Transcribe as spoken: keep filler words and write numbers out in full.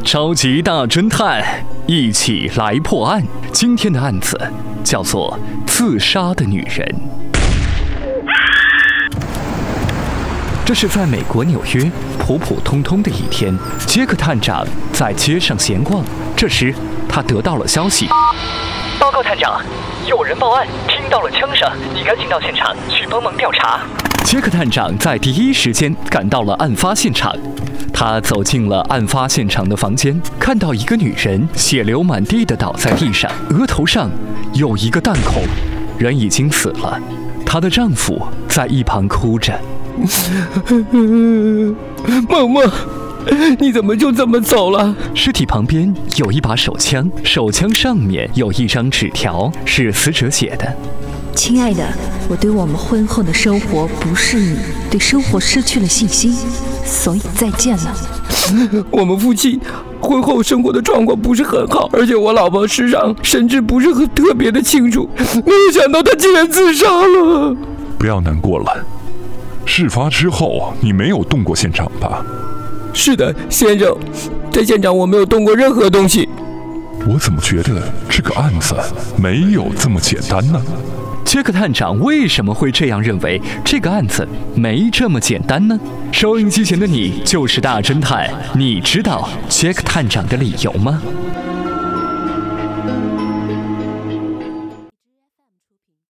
超级大侦探，一起来破案。今天的案子叫做自杀的女人。这是在美国纽约普普通通的一天，杰克探长在街上闲逛，这时他得到了消息。 报告探长，有人报案，听到了枪声，你赶紧到现场去帮忙调查。 杰克探长在第一时间赶到了案发现场，他走进了案发现场的房间，看到一个女人血流满地地倒在地上，额头上有一个弹孔，人已经死了。她的丈夫在一旁哭着：“ 梦梦，你怎么就这么走了？” 尸体旁边有一把手枪，手枪上面有一张纸条，是死者写的：“ 亲爱的，我对我们婚后的生活不是你，对生活失去了信心，所以再见了。” 我们夫妻婚后生活的状况不是很好，而且我老婆时常神志不是很特别的清楚，没有想到她竟然自杀了。 不要难过了，事发之后你没有动过现场吧？ 是的，先生，在现场我没有动过任何东西。 我怎么觉得这个案子没有这么简单呢？ 杰克探长为什么会这样认为？这个案子没这么简单呢？收音机前的你就是大侦探，你知道杰克探长的理由吗？